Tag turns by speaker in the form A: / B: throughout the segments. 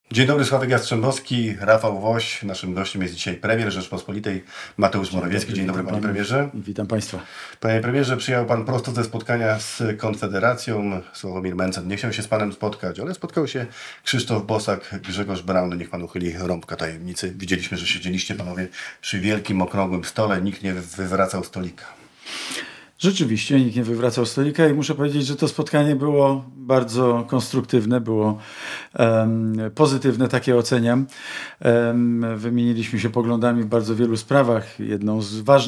A: Dzień dobry, Sławek Jastrzębowski, Rafał Woś. Naszym gościem jest dzisiaj premier Rzeczpospolitej Mateusz Morawiecki. Dzień dobry, panie premierze.
B: Witam państwa.
A: Panie premierze, przyjechał pan prosto ze spotkania z Konfederacją. Sławomir Mencen nie chciał się z panem spotkać, ale spotkał się Krzysztof Bosak, Grzegorz Braun. Niech pan uchyli rąbka tajemnicy. Widzieliśmy, że siedzieliście panowie przy wielkim, okrągłym stole. Nikt nie wywracał stolika.
B: Rzeczywiście nikt nie wywracał stolika i muszę powiedzieć, że to spotkanie było bardzo konstruktywne, było pozytywne, takie oceniam. Wymieniliśmy się poglądami w bardzo wielu sprawach. Jednym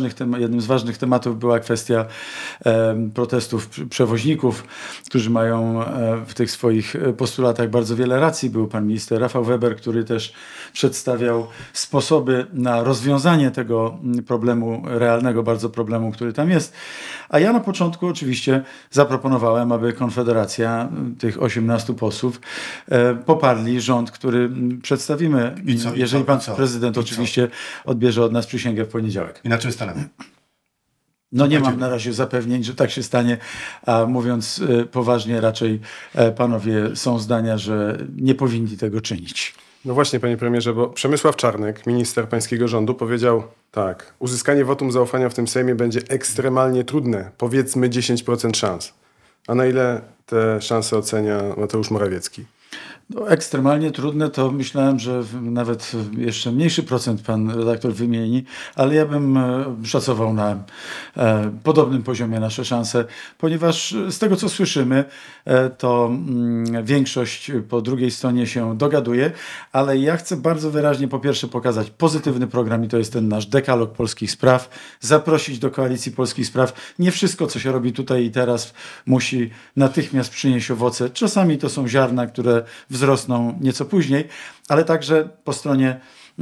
B: z ważnych tematów była kwestia protestów przewoźników, którzy mają w tych swoich postulatach bardzo wiele racji. Był pan minister Rafał Weber, który też przedstawiał sposoby na rozwiązanie tego problemu, realnego bardzo problemu, który tam jest. A ja na początku oczywiście zaproponowałem, aby Konfederacja, tych 18 posłów, poparli rząd, który przedstawimy, jeżeli pan prezydent oczywiście odbierze od nas przysięgę w poniedziałek.
A: I na czym stanęły?
B: No nie mam na razie zapewnień, że tak się stanie, a mówiąc poważnie, raczej panowie są zdania, że nie powinni tego czynić.
C: No właśnie, panie premierze, bo Przemysław Czarnek, minister pańskiego rządu, powiedział tak: uzyskanie wotum zaufania w tym Sejmie będzie ekstremalnie trudne, powiedzmy 10% szans. A na ile te szanse ocenia Mateusz Morawiecki?
B: No, ekstremalnie trudne to myślałem, że nawet jeszcze mniejszy procent pan redaktor wymieni, ale ja bym szacował na podobnym poziomie nasze szanse, ponieważ z tego co słyszymy, to większość po drugiej stronie się dogaduje, ale ja chcę bardzo wyraźnie po pierwsze pokazać pozytywny program i to jest ten nasz dekalog polskich spraw, zaprosić do koalicji polskich spraw. Nie wszystko, co się robi tutaj i teraz, musi natychmiast przynieść owoce. Czasami to są ziarna, które wzrosną nieco później, ale także po stronie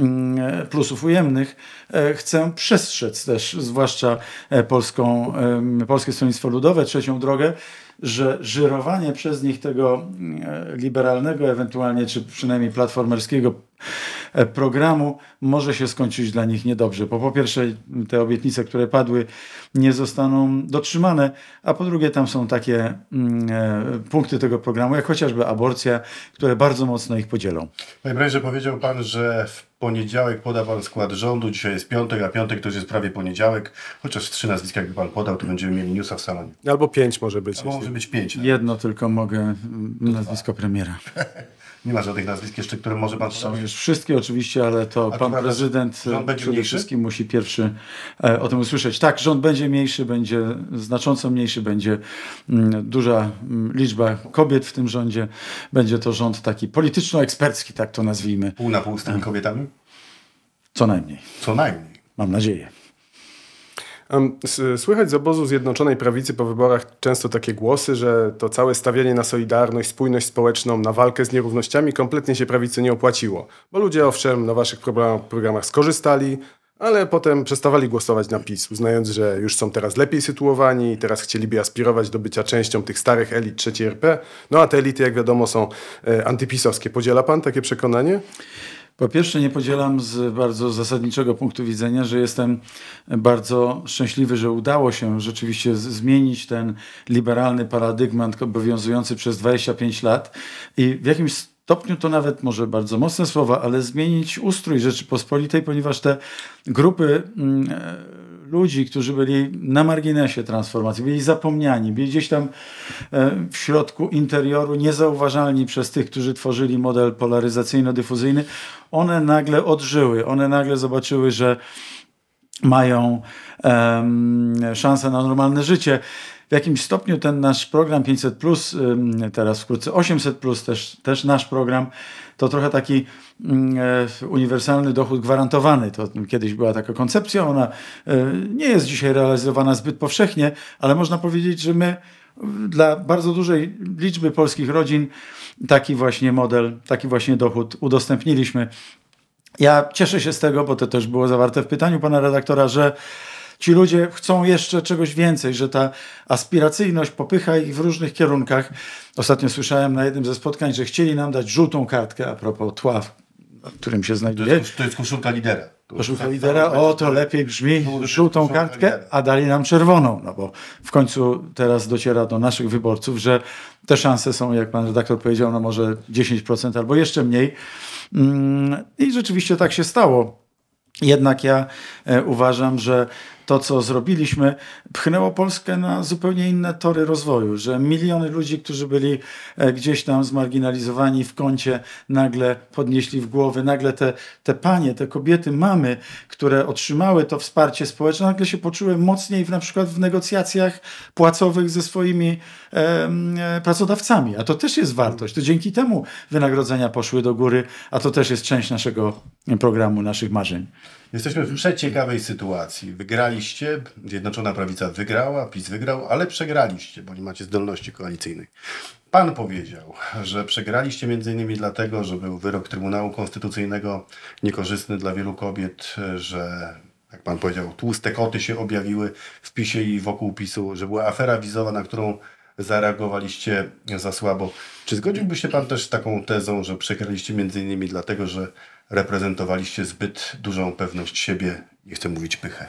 B: plusów ujemnych chcę przestrzec też, zwłaszcza Polskie Stronnictwo Ludowe, Trzecią Drogę, że żyrowanie przez nich tego liberalnego, ewentualnie czy przynajmniej platformerskiego programu może się skończyć dla nich niedobrze, bo po pierwsze te obietnice, które padły, nie zostaną dotrzymane, a po drugie tam są takie punkty tego programu, jak chociażby aborcja, które bardzo mocno ich podzielą.
A: Panie premierze, powiedział pan, że w poniedziałek poda pan skład rządu, dzisiaj jest piątek, a piątek to już jest prawie poniedziałek, chociaż 3 nazwiska jakby pan podał, to będziemy mieli newsa w salonie.
C: Albo 5 może być.
A: Albo może być 5.
B: Jedno tylko mogę, nazwisko premiera.
A: Nie ma żadnych nazwisk jeszcze, które może pan
B: Są już wszystkie oczywiście, ale to pan prezydent przede wszystkim musi pierwszy o tym usłyszeć. Tak, rząd będzie mniejszy, będzie znacząco mniejszy, będzie duża liczba kobiet w tym rządzie. Będzie to rząd taki polityczno-ekspercki, tak to nazwijmy.
A: Pół na pół z tymi kobietami?
B: Co najmniej.
A: Co najmniej.
B: Mam nadzieję.
C: Słychać z obozu Zjednoczonej Prawicy po wyborach często takie głosy, że to całe stawianie na solidarność, spójność społeczną, na walkę z nierównościami kompletnie się prawicy nie opłaciło. Bo ludzie owszem na waszych programach skorzystali, ale potem przestawali głosować na PiS, uznając, że już są teraz lepiej sytuowani i teraz chcieliby aspirować do bycia częścią tych starych elit trzeciej RP. No a te elity, jak wiadomo, są antypisowskie. Podziela pan takie przekonanie?
B: Po pierwsze nie podzielam z bardzo zasadniczego punktu widzenia, że jestem bardzo szczęśliwy, że udało się rzeczywiście zmienić ten liberalny paradygmat obowiązujący przez 25 lat i w jakimś stopniu to nawet może bardzo mocne słowa, ale zmienić ustrój Rzeczypospolitej, ponieważ te grupy ludzi, którzy byli na marginesie transformacji, byli zapomniani, byli gdzieś tam w środku interioru, niezauważalni przez tych, którzy tworzyli model polaryzacyjno-dyfuzyjny, one nagle odżyły, one nagle zobaczyły, że mają szansę na normalne życie. W jakimś stopniu ten nasz program 500+, teraz wkrótce 800+, też nasz program, to trochę taki uniwersalny dochód gwarantowany. To kiedyś była taka koncepcja, ona nie jest dzisiaj realizowana zbyt powszechnie, ale można powiedzieć, że my dla bardzo dużej liczby polskich rodzin taki właśnie model, taki właśnie dochód udostępniliśmy. Ja cieszę się z tego, bo to też było zawarte w pytaniu pana redaktora, że ci ludzie chcą jeszcze czegoś więcej, że ta aspiracyjność popycha ich w różnych kierunkach. Ostatnio słyszałem na jednym ze spotkań, że chcieli nam dać żółtą kartkę a propos tła, w którym się znajduje.
A: To jest koszulka lidera.
B: Koszulka lidera, to lepiej brzmi, żółtą kartkę, a dali nam czerwoną, no bo w końcu teraz dociera do naszych wyborców, że te szanse są, jak pan redaktor powiedział, no może 10% albo jeszcze mniej. I rzeczywiście tak się stało. Jednak ja uważam, że to, co zrobiliśmy, pchnęło Polskę na zupełnie inne tory rozwoju, że miliony ludzi, którzy byli gdzieś tam zmarginalizowani w kącie, nagle podnieśli w głowy, nagle te panie, te kobiety, mamy, które otrzymały to wsparcie społeczne, nagle się poczuły mocniej na przykład w negocjacjach płacowych ze swoimi pracodawcami. A to też jest wartość. To dzięki temu wynagrodzenia poszły do góry, a to też jest część naszego programu, naszych marzeń.
A: Jesteśmy w przeciekawej sytuacji. Wygraliście, Zjednoczona Prawica wygrała, PiS wygrał, ale przegraliście, bo nie macie zdolności koalicyjnej. Pan powiedział, że przegraliście m.in. dlatego, że był wyrok Trybunału Konstytucyjnego niekorzystny dla wielu kobiet, że, jak pan powiedział, tłuste koty się objawiły w PiSie i wokół PiSu, że była afera wizowa, na którą zareagowaliście za słabo. Czy zgodziłby się pan też z taką tezą, że przegraliście m.in. dlatego, że reprezentowaliście zbyt dużą pewność siebie, nie chcę mówić pychę?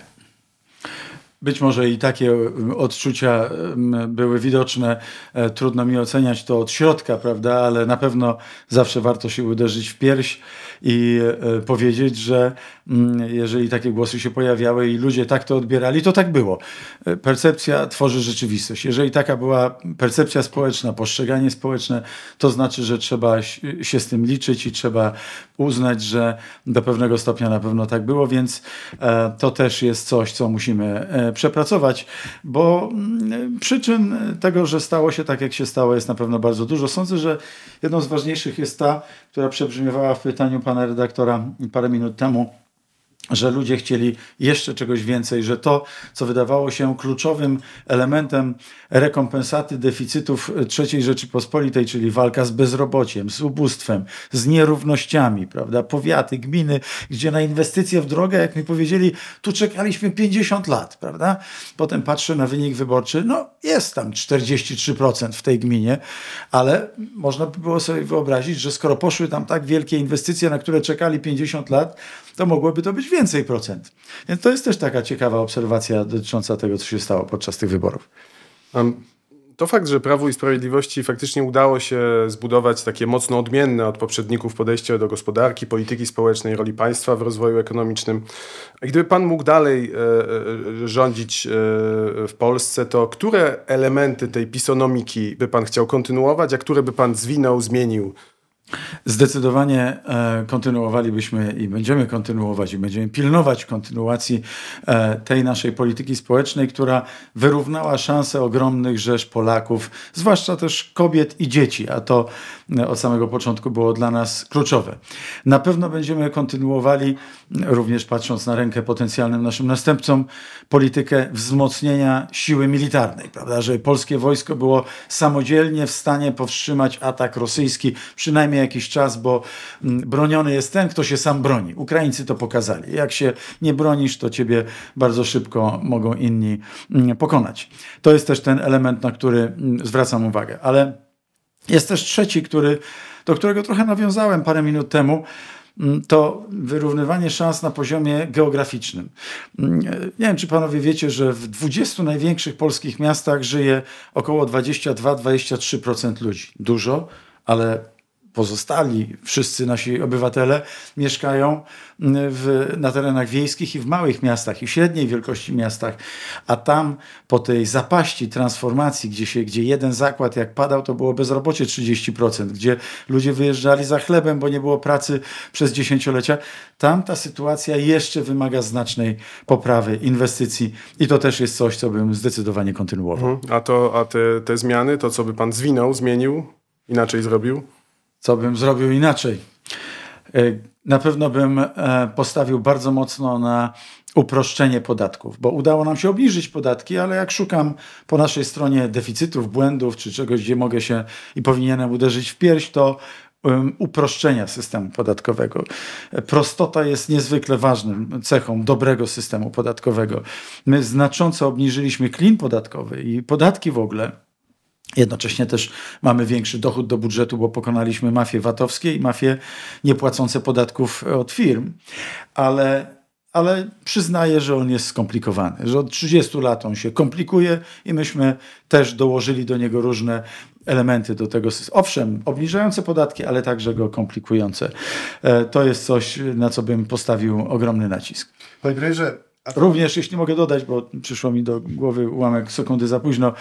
B: Być może i takie odczucia były widoczne. Trudno mi oceniać to od środka, prawda? Ale na pewno zawsze warto się uderzyć w pierś i powiedzieć, że jeżeli takie głosy się pojawiały i ludzie tak to odbierali, to tak było. Percepcja tworzy rzeczywistość. Jeżeli taka była percepcja społeczna, postrzeganie społeczne, to znaczy, że trzeba się z tym liczyć i trzeba uznać, że do pewnego stopnia na pewno tak było, więc to też jest coś, co musimy przepracować, bo przyczyn tego, że stało się tak, jak się stało, jest na pewno bardzo dużo. Sądzę, że jedną z ważniejszych jest ta, która przebrzmiewała w pytaniu pana redaktora parę minut temu, że ludzie chcieli jeszcze czegoś więcej, że to, co wydawało się kluczowym elementem rekompensaty deficytów III Rzeczypospolitej, czyli walka z bezrobociem, z ubóstwem, z nierównościami, prawda? Powiaty, gminy, gdzie na inwestycje w drogę, jak mi powiedzieli, tu czekaliśmy 50 lat, prawda? Potem patrzę na wynik wyborczy, no jest tam 43% w tej gminie, ale można by było sobie wyobrazić, że skoro poszły tam tak wielkie inwestycje, na które czekali 50 lat, to mogłoby to być więcej procent. Więc to jest też taka ciekawa obserwacja dotycząca tego, co się stało podczas tych wyborów.
C: To fakt, że Prawu i Sprawiedliwości faktycznie udało się zbudować takie mocno odmienne od poprzedników podejście do gospodarki, polityki społecznej, roli państwa w rozwoju ekonomicznym. A gdyby pan mógł dalej rządzić w Polsce, to które elementy tej pisonomiki by pan chciał kontynuować, a które by pan zwinął, zmienił?
B: Zdecydowanie kontynuowalibyśmy i będziemy kontynuować i będziemy pilnować kontynuacji tej naszej polityki społecznej, która wyrównała szanse ogromnych rzesz Polaków, zwłaszcza też kobiet i dzieci, a to od samego początku było dla nas kluczowe. Na pewno będziemy kontynuowali, również patrząc na rękę potencjalnym naszym następcom, politykę wzmocnienia siły militarnej, prawda? Żeby polskie wojsko było samodzielnie w stanie powstrzymać atak rosyjski, przynajmniej jakiś czas, bo broniony jest ten, kto się sam broni. Ukraińcy to pokazali. Jak się nie bronisz, to ciebie bardzo szybko mogą inni pokonać. To jest też ten element, na który zwracam uwagę. Ale jest też trzeci, do którego trochę nawiązałem parę minut temu, to wyrównywanie szans na poziomie geograficznym. Nie wiem, czy panowie wiecie, że w 20 największych polskich miastach żyje około 22-23% ludzi. Dużo, ale pozostali wszyscy nasi obywatele mieszkają na terenach wiejskich i w małych miastach i średniej wielkości miastach, a tam po tej zapaści transformacji, gdzie jeden zakład jak padał, to było bezrobocie 30%, gdzie ludzie wyjeżdżali za chlebem, bo nie było pracy przez dziesięciolecia, tam ta sytuacja jeszcze wymaga znacznej poprawy, inwestycji i to też jest coś, co bym zdecydowanie kontynuował.
C: A te zmiany, to co by pan zwinął, zmienił, inaczej zrobił?
B: Co bym zrobił inaczej? Na pewno bym postawił bardzo mocno na uproszczenie podatków, bo udało nam się obniżyć podatki, ale jak szukam po naszej stronie deficytów, błędów czy czegoś, gdzie mogę się i powinienem uderzyć w pierś, to uproszczenia systemu podatkowego. Prostota jest niezwykle ważną cechą dobrego systemu podatkowego. My znacząco obniżyliśmy klin podatkowy i podatki w ogóle. Jednocześnie też mamy większy dochód do budżetu, bo pokonaliśmy mafie VAT-owskie i mafie niepłacące podatków od firm. Ale przyznaję, że on jest skomplikowany, że od 30 lat on się komplikuje i myśmy też dołożyli do niego różne elementy do tego systemu. Owszem, obniżające podatki, ale także go komplikujące. To jest coś, na co bym postawił ogromny nacisk.
A: Panie premierze,
B: Również, jeśli mogę dodać, bo przyszło mi do głowy ułamek sekundy za późno,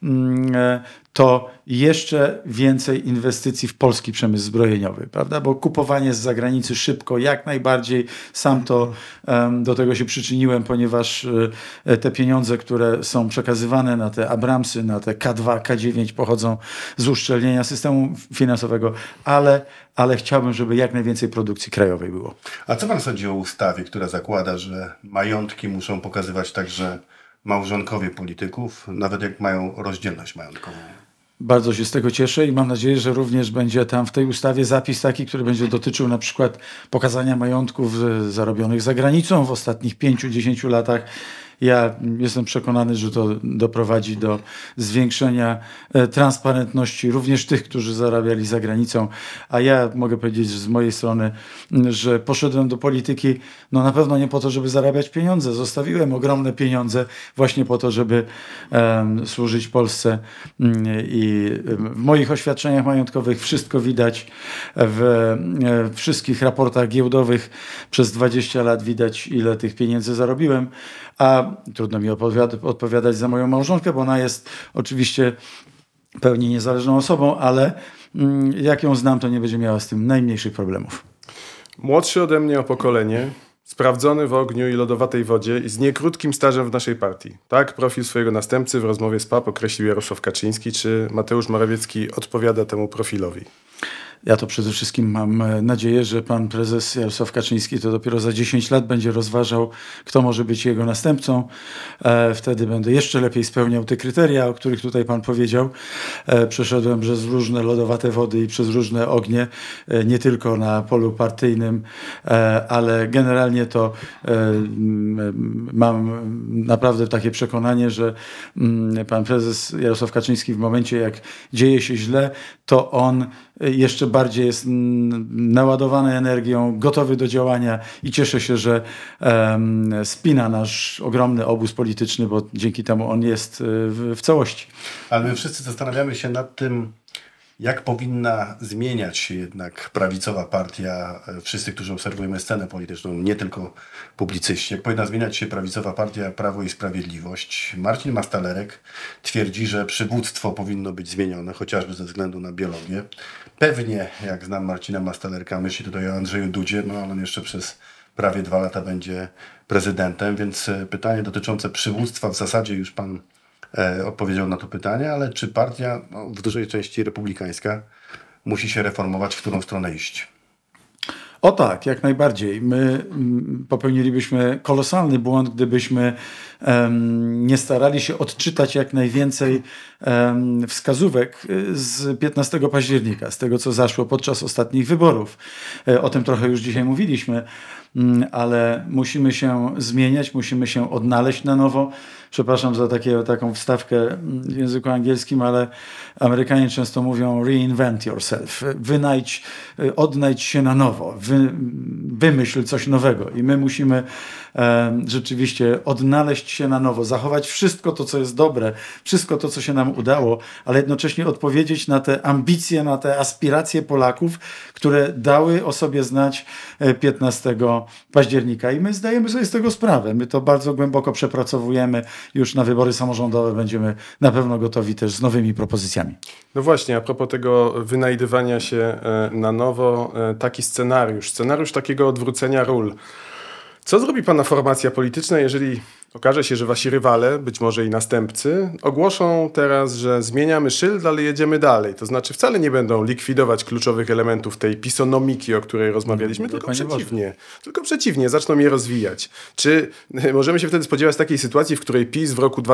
B: to jeszcze więcej inwestycji w polski przemysł zbrojeniowy, prawda? Bo kupowanie z zagranicy szybko, jak najbardziej, sam to do tego się przyczyniłem, ponieważ te pieniądze, które są przekazywane na te Abramsy, na te K2, K9 pochodzą z uszczelnienia systemu finansowego, ale chciałbym, żeby jak najwięcej produkcji krajowej było.
A: a co pan sądzi o ustawie, która zakłada, że majątki muszą pokazywać także małżonkowie polityków, nawet jak mają rozdzielność majątkową?
B: Bardzo się z tego cieszę i mam nadzieję, że również będzie tam w tej ustawie zapis taki, który będzie dotyczył na przykład pokazania majątków zarobionych za granicą w ostatnich 5-10 latach. Ja jestem przekonany, że to doprowadzi do zwiększenia transparentności również tych, którzy zarabiali za granicą. A ja mogę powiedzieć że z mojej strony, że poszedłem do polityki na pewno nie po to, żeby zarabiać pieniądze. Zostawiłem ogromne pieniądze właśnie po to, żeby służyć Polsce. I w moich oświadczeniach majątkowych wszystko widać. W wszystkich raportach giełdowych przez 20 lat widać, ile tych pieniędzy zarobiłem. A trudno mi odpowiadać za moją małżonkę, bo ona jest oczywiście pełni niezależną osobą, ale jak ją znam, to nie będzie miała z tym najmniejszych problemów.
C: Młodszy ode mnie o pokolenie, sprawdzony w ogniu i lodowatej wodzie i z niekrótkim stażem w naszej partii. Tak profil swojego następcy w rozmowie z PAP określił Jarosław Kaczyński. Czy Mateusz Morawiecki odpowiada temu profilowi?
B: Ja to przede wszystkim mam nadzieję, że pan prezes Jarosław Kaczyński to dopiero za 10 lat będzie rozważał, kto może być jego następcą. Wtedy będę jeszcze lepiej spełniał te kryteria, o których tutaj pan powiedział. Przeszedłem przez różne lodowate wody i przez różne ognie, nie tylko na polu partyjnym, ale generalnie to mam naprawdę takie przekonanie, że pan prezes Jarosław Kaczyński w momencie, jak dzieje się źle, to on jeszcze bardziej jest naładowany energią, gotowy do działania i cieszę się, że spina nasz ogromny obóz polityczny, bo dzięki temu on jest w całości.
A: Ale my wszyscy zastanawiamy się nad tym, jak powinna zmieniać się jednak prawicowa partia, wszyscy, którzy obserwujemy scenę polityczną, nie tylko publicyści, jak powinna zmieniać się prawicowa partia Prawo i Sprawiedliwość. Marcin Mastalerek twierdzi, że przywództwo powinno być zmienione, chociażby ze względu na biologię. Pewnie, jak znam Marcina Mastalerka, myśli tutaj o Andrzeju Dudzie, ale on jeszcze przez prawie 2 lata będzie prezydentem, więc pytanie dotyczące przywództwa, w zasadzie już pan odpowiedział na to pytanie, ale czy partia, w dużej części republikańska, musi się reformować, w którą stronę iść?
B: O tak, jak najbardziej. My popełnilibyśmy kolosalny błąd, gdybyśmy nie starali się odczytać jak najwięcej wskazówek z 15 października, z tego co zaszło podczas ostatnich wyborów. O tym trochę już dzisiaj mówiliśmy, ale musimy się zmieniać, musimy się odnaleźć na nowo. Przepraszam za taką wstawkę w języku angielskim, ale Amerykanie często mówią reinvent yourself. Odnajdź się na nowo, wymyśl coś nowego. I my musimy rzeczywiście odnaleźć się na nowo, zachować wszystko to, co jest dobre, wszystko to, co się nam udało, ale jednocześnie odpowiedzieć na te ambicje, na te aspiracje Polaków, które dały o sobie znać 15 października. I my zdajemy sobie z tego sprawę. My to bardzo głęboko przepracowujemy. Już na wybory samorządowe będziemy na pewno gotowi też z nowymi propozycjami.
C: No właśnie, a propos tego wynajdywania się na nowo, taki scenariusz takiego odwrócenia ról. Co zrobi pana formacja polityczna, jeżeli okaże się, że wasi rywale, być może i następcy, ogłoszą teraz, że zmieniamy szyld, ale jedziemy dalej? To znaczy wcale nie będą likwidować kluczowych elementów tej pisonomiki, o której rozmawialiśmy, tylko przeciwnie, zaczną je rozwijać. Czy możemy się wtedy spodziewać takiej sytuacji, w której PiS w roku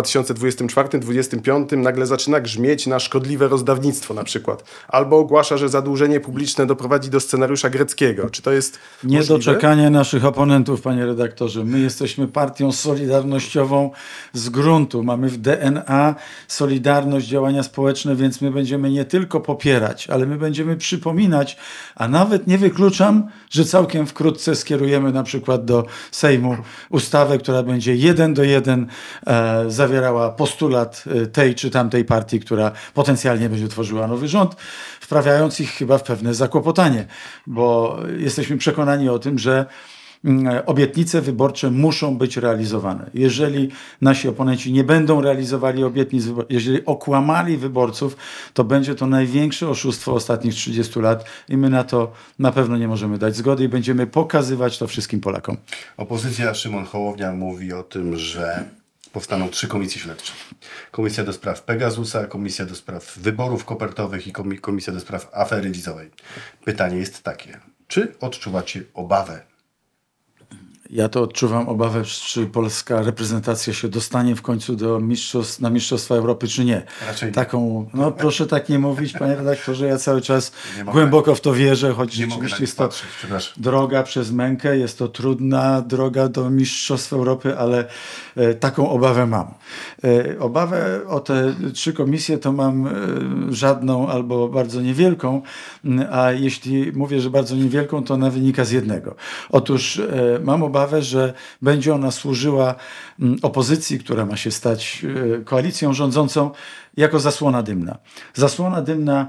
C: 2024-2025 nagle zaczyna grzmieć na szkodliwe rozdawnictwo na przykład? Albo ogłasza, że zadłużenie publiczne doprowadzi do scenariusza greckiego. Czy to jest możliwe?
B: Niedoczekanie naszych oponentów, panie redaktorze. My jesteśmy partią solidarną solidarnościową z gruntu. Mamy w DNA solidarność, działania społeczne, więc my będziemy nie tylko popierać, ale my będziemy przypominać, a nawet nie wykluczam, że całkiem wkrótce skierujemy na przykład do Sejmu ustawę, która będzie 1:1 zawierała postulat tej czy tamtej partii, która potencjalnie będzie tworzyła nowy rząd, wprawiając ich chyba w pewne zakłopotanie, bo jesteśmy przekonani o tym, że obietnice wyborcze muszą być realizowane. Jeżeli nasi oponenci nie będą realizowali obietnic wyborczych, jeżeli okłamali wyborców, to będzie to największe oszustwo ostatnich 30 lat i my na to na pewno nie możemy dać zgody i będziemy pokazywać to wszystkim Polakom.
A: Opozycja, Szymon Hołownia mówi o tym, że powstaną 3 komisje śledcze. Komisja do spraw Pegasusa, komisja do spraw wyborów kopertowych i komisja do spraw afery wizowej. Pytanie jest takie, czy odczuwacie obawę?
B: Ja to odczuwam obawę, czy polska reprezentacja się dostanie w końcu na Mistrzostwa Europy, czy nie.
A: Raczej nie.
B: Taką, no proszę tak nie mówić, panie redaktorze, ja cały czas
A: Nie mogę.
B: głęboko w to wierzę, choć
A: Nie mogę na
B: rzeczywiście
A: nic
B: jest to
A: patrzeć, przepraszam.
B: droga przez mękę, jest to trudna droga do Mistrzostw Europy, ale taką obawę mam. Obawę o te 3 komisje to mam żadną albo bardzo niewielką, a jeśli mówię, że bardzo niewielką, to ona wynika z jednego. Otóż mam obawę, że będzie ona służyła opozycji, która ma się stać koalicją rządzącą, jako zasłona dymna. Zasłona dymna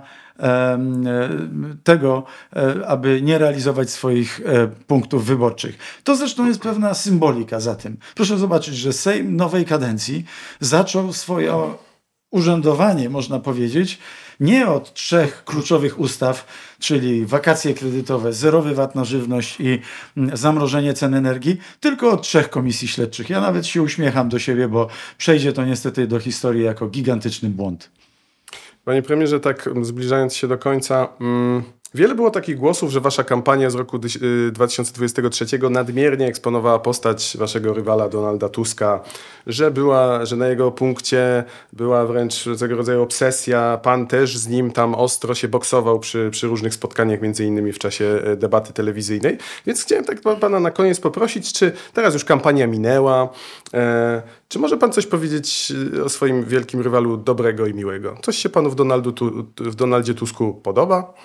B: tego, aby nie realizować swoich punktów wyborczych. To zresztą jest pewna symbolika za tym. Proszę zobaczyć, że Sejm nowej kadencji zaczął swoje urzędowanie, można powiedzieć, nie od 3 kluczowych ustaw, czyli wakacje kredytowe, zerowy VAT na żywność i zamrożenie cen energii, tylko od 3 komisji śledczych. Ja nawet się uśmiecham do siebie, bo przejdzie to niestety do historii jako gigantyczny błąd.
C: Panie premierze, tak zbliżając się do końca, wiele było takich głosów, że wasza kampania z roku 2023 nadmiernie eksponowała postać waszego rywala Donalda Tuska, że na jego punkcie była wręcz tego rodzaju obsesja. Pan też z nim tam ostro się boksował przy różnych spotkaniach, między innymi w czasie debaty telewizyjnej. Więc chciałem tak pana na koniec poprosić, czy teraz już kampania minęła, czy może pan coś powiedzieć o swoim wielkim rywalu dobrego i miłego? Coś się panu w Donaldzie Tusku podoba?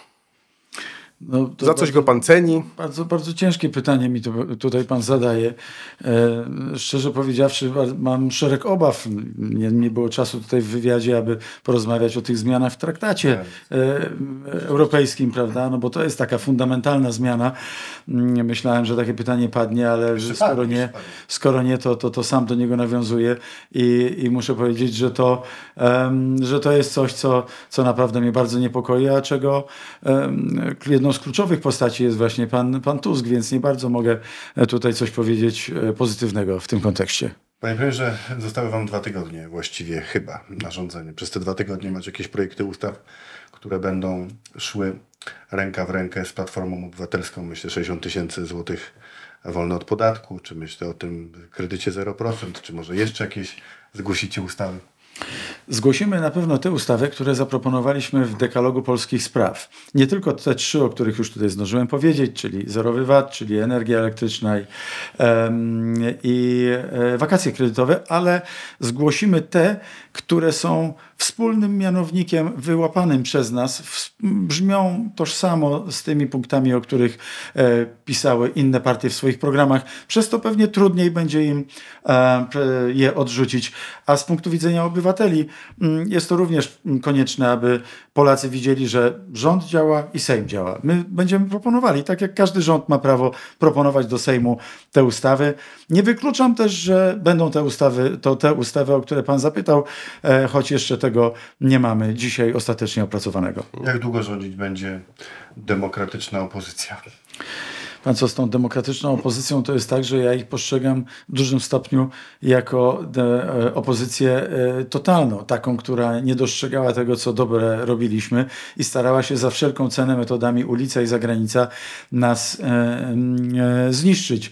B: No,
C: Za coś go pan ceni?
B: Bardzo, bardzo ciężkie pytanie mi tutaj pan zadaje. Szczerze powiedziawszy, mam szereg obaw. Nie było czasu tutaj w wywiadzie, aby porozmawiać o tych zmianach w traktacie europejskim, prawda? No bo to jest taka fundamentalna zmiana. Myślałem, że takie pytanie padnie, ale skoro nie, to sam do niego nawiązuję i muszę powiedzieć, że to jest coś, co naprawdę mnie bardzo niepokoi, a czego jedną z kluczowych postaci jest właśnie pan Tusk, więc nie bardzo mogę tutaj coś powiedzieć pozytywnego w tym kontekście.
A: Panie premierze, zostały wam 2 tygodnie właściwie chyba na rządzenie. Przez te 2 tygodnie macie jakieś projekty ustaw, które będą szły ręka w rękę z Platformą Obywatelską. Myślę 60 000 złotych wolne od podatku, czy myślę o tym kredycie 0%, czy może jeszcze jakieś zgłosicie ustawy?
B: Zgłosimy na pewno te ustawy, które zaproponowaliśmy w dekalogu polskich spraw. Nie tylko te 3, o których już tutaj zdążyłem powiedzieć, czyli zerowy VAT, czyli energia elektryczna i wakacje kredytowe, ale zgłosimy te, które są wspólnym mianownikiem wyłapanym przez nas, brzmią tożsamo z tymi punktami, o których pisały inne partie w swoich programach. Przez to pewnie trudniej będzie im je odrzucić. A z punktu widzenia obywateli jest to również konieczne, aby Polacy widzieli, że rząd działa i Sejm działa. My będziemy proponowali, tak jak każdy rząd ma prawo proponować do Sejmu te ustawy. Nie wykluczam też, że będą te ustawy, o które pan zapytał, choć jeszcze tego nie mamy dzisiaj ostatecznie opracowanego.
A: Jak długo rządzić będzie demokratyczna opozycja?
B: Pan co, z tą demokratyczną opozycją to jest tak, że ja ich postrzegam w dużym stopniu jako opozycję totalną, taką, która nie dostrzegała tego, co dobre robiliśmy i starała się za wszelką cenę metodami ulica i zagranica nas zniszczyć.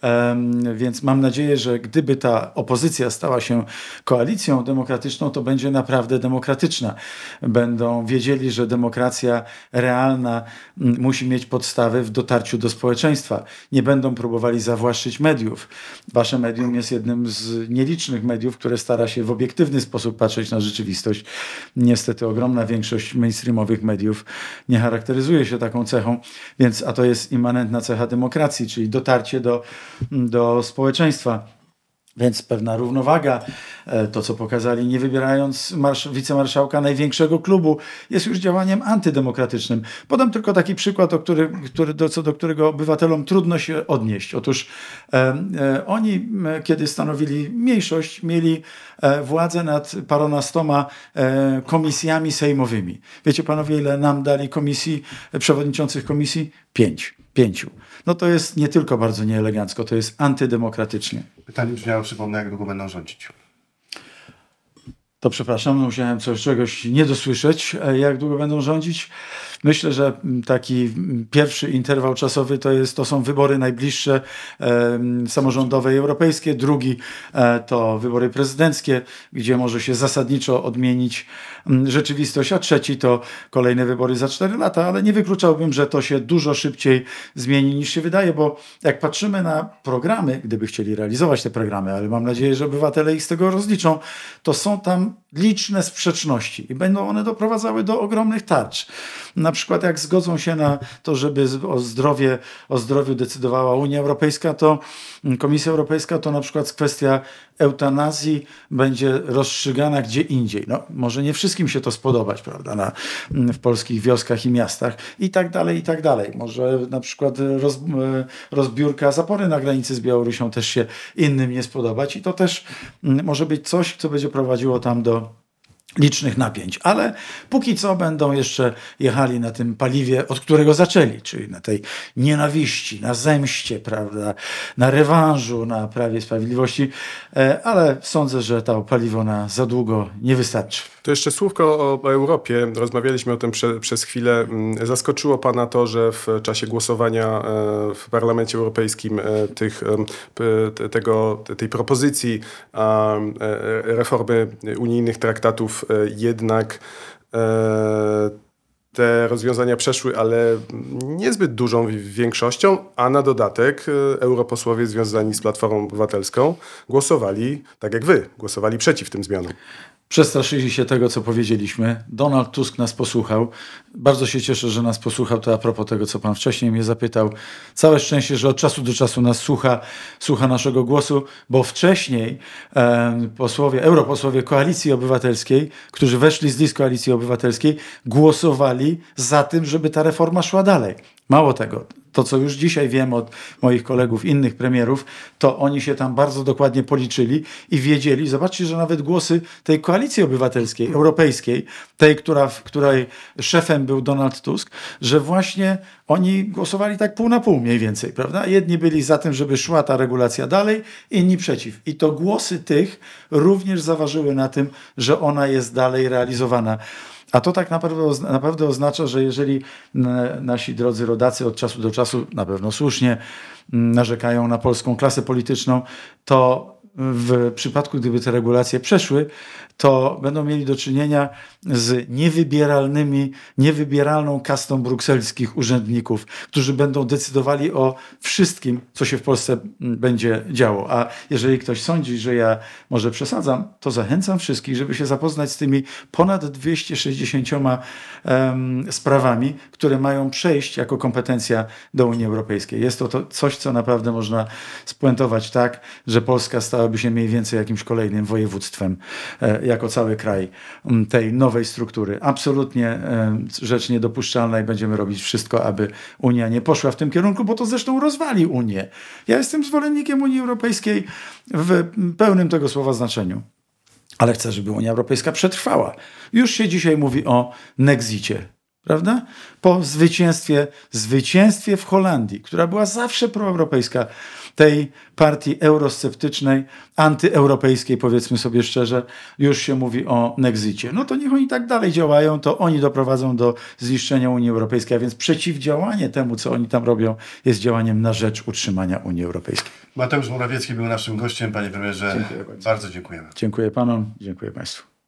B: Więc mam nadzieję, że gdyby ta opozycja stała się koalicją demokratyczną, to będzie naprawdę demokratyczna. Będą wiedzieli, że demokracja realna musi mieć podstawy w dotarciu do społeczeństwa. Nie będą próbowali zawłaszczyć mediów. Wasze medium jest jednym z nielicznych mediów, które stara się w obiektywny sposób patrzeć na rzeczywistość. Niestety ogromna większość mainstreamowych mediów nie charakteryzuje się taką cechą, a to jest immanentna cecha demokracji, czyli dotarcie do społeczeństwa. Więc pewna równowaga, to co pokazali, nie wybierając wicemarszałka największego klubu, jest już działaniem antydemokratycznym. Podam tylko taki przykład, co do którego obywatelom trudno się odnieść. Otóż oni, kiedy stanowili mniejszość, mieli władzę nad paronastoma komisjami sejmowymi. Wiecie panowie, ile nam dali przewodniczących komisji? 5. No to jest nie tylko bardzo nieelegancko, to jest antydemokratycznie.
A: Pytanie brzmiało, przypomnę, jak długo będą rządzić.
B: To przepraszam, musiałem czegoś nie dosłyszeć. Jak długo będą rządzić? Myślę, że taki pierwszy interwał czasowy to są wybory najbliższe samorządowe i europejskie. Drugi to wybory prezydenckie, gdzie może się zasadniczo odmienić rzeczywistość, a trzeci to kolejne wybory za 4 lata, ale nie wykluczałbym, że to się dużo szybciej zmieni niż się wydaje, bo jak patrzymy na programy, gdyby chcieli realizować te programy, ale mam nadzieję, że obywatele ich z tego rozliczą, to są tam liczne sprzeczności i będą one doprowadzały do ogromnych tarć. Na przykład jak zgodzą się na to, żeby o zdrowiu decydowała Unia Europejska, to Komisja Europejska, to na przykład kwestia eutanazji będzie rozstrzygana gdzie indziej. No, może nie wszystkim się to spodobać, prawda, w polskich wioskach i miastach i tak dalej, i tak dalej. Może na przykład rozbiórka zapory na granicy z Białorusią też się innym nie spodobać i to też może być coś, co będzie prowadziło tam do licznych napięć, ale póki co będą jeszcze jechali na tym paliwie, od którego zaczęli, czyli na tej nienawiści, na zemście, prawda, na rewanżu, na prawie sprawiedliwości, ale sądzę, że to paliwo na za długo nie wystarczy.
C: To jeszcze słówko o Europie. Rozmawialiśmy o tym przez chwilę. Zaskoczyło pana to, że w czasie głosowania w Parlamencie Europejskim tej propozycji reformy unijnych traktatów jednak te rozwiązania przeszły, ale niezbyt dużą większością, a na dodatek europosłowie związani z Platformą Obywatelską głosowali, tak jak wy, głosowali przeciw tym zmianom.
B: Przestraszyli się tego, co powiedzieliśmy. Donald Tusk nas posłuchał. Bardzo się cieszę, że nas posłuchał. To a propos tego, co pan wcześniej mnie zapytał. Całe szczęście, że od czasu do czasu nas słucha naszego głosu, bo wcześniej europosłowie Koalicji Obywatelskiej, którzy weszli z list Koalicji Obywatelskiej, głosowali za tym, żeby ta reforma szła dalej. Mało tego, to co już dzisiaj wiem od moich kolegów, innych premierów, to oni się tam bardzo dokładnie policzyli i wiedzieli, zobaczcie, że nawet głosy tej Koalicji Obywatelskiej, europejskiej, tej, której szefem był Donald Tusk, że właśnie oni głosowali tak pół na pół mniej więcej, prawda? Jedni byli za tym, żeby szła ta regulacja dalej, inni przeciw. I to głosy tych również zaważyły na tym, że ona jest dalej realizowana. A to tak naprawdę oznacza, że jeżeli nasi drodzy rodacy od czasu do czasu, na pewno słusznie, narzekają na polską klasę polityczną, to w przypadku, gdyby te regulacje przeszły, to będą mieli do czynienia z niewybieralną kastą brukselskich urzędników, którzy będą decydowali o wszystkim, co się w Polsce będzie działo. A jeżeli ktoś sądzi, że ja może przesadzam, to zachęcam wszystkich, żeby się zapoznać z tymi ponad 260 sprawami, które mają przejść jako kompetencja do Unii Europejskiej. Jest to coś, co naprawdę można spuentować tak, że Polska stałaby się mniej więcej jakimś kolejnym województwem jako cały kraj tej nowej struktury. Absolutnie rzecz niedopuszczalna i będziemy robić wszystko, aby Unia nie poszła w tym kierunku, bo to zresztą rozwali Unię. Ja jestem zwolennikiem Unii Europejskiej w pełnym tego słowa znaczeniu. Ale chcę, żeby Unia Europejska przetrwała. Już się dzisiaj mówi o Nexicie. Prawda? Po zwycięstwie w Holandii, która była zawsze proeuropejska, tej partii eurosceptycznej, antyeuropejskiej, powiedzmy sobie szczerze, już się mówi o Nexicie. No to niech oni tak dalej działają, to oni doprowadzą do zniszczenia Unii Europejskiej, a więc przeciwdziałanie temu, co oni tam robią, jest działaniem na rzecz utrzymania Unii Europejskiej.
A: Mateusz Morawiecki był naszym gościem, panie premierze.
B: Dziękuję bardzo.
A: Bardzo dziękujemy.
B: Dziękuję panom, dziękuję państwu.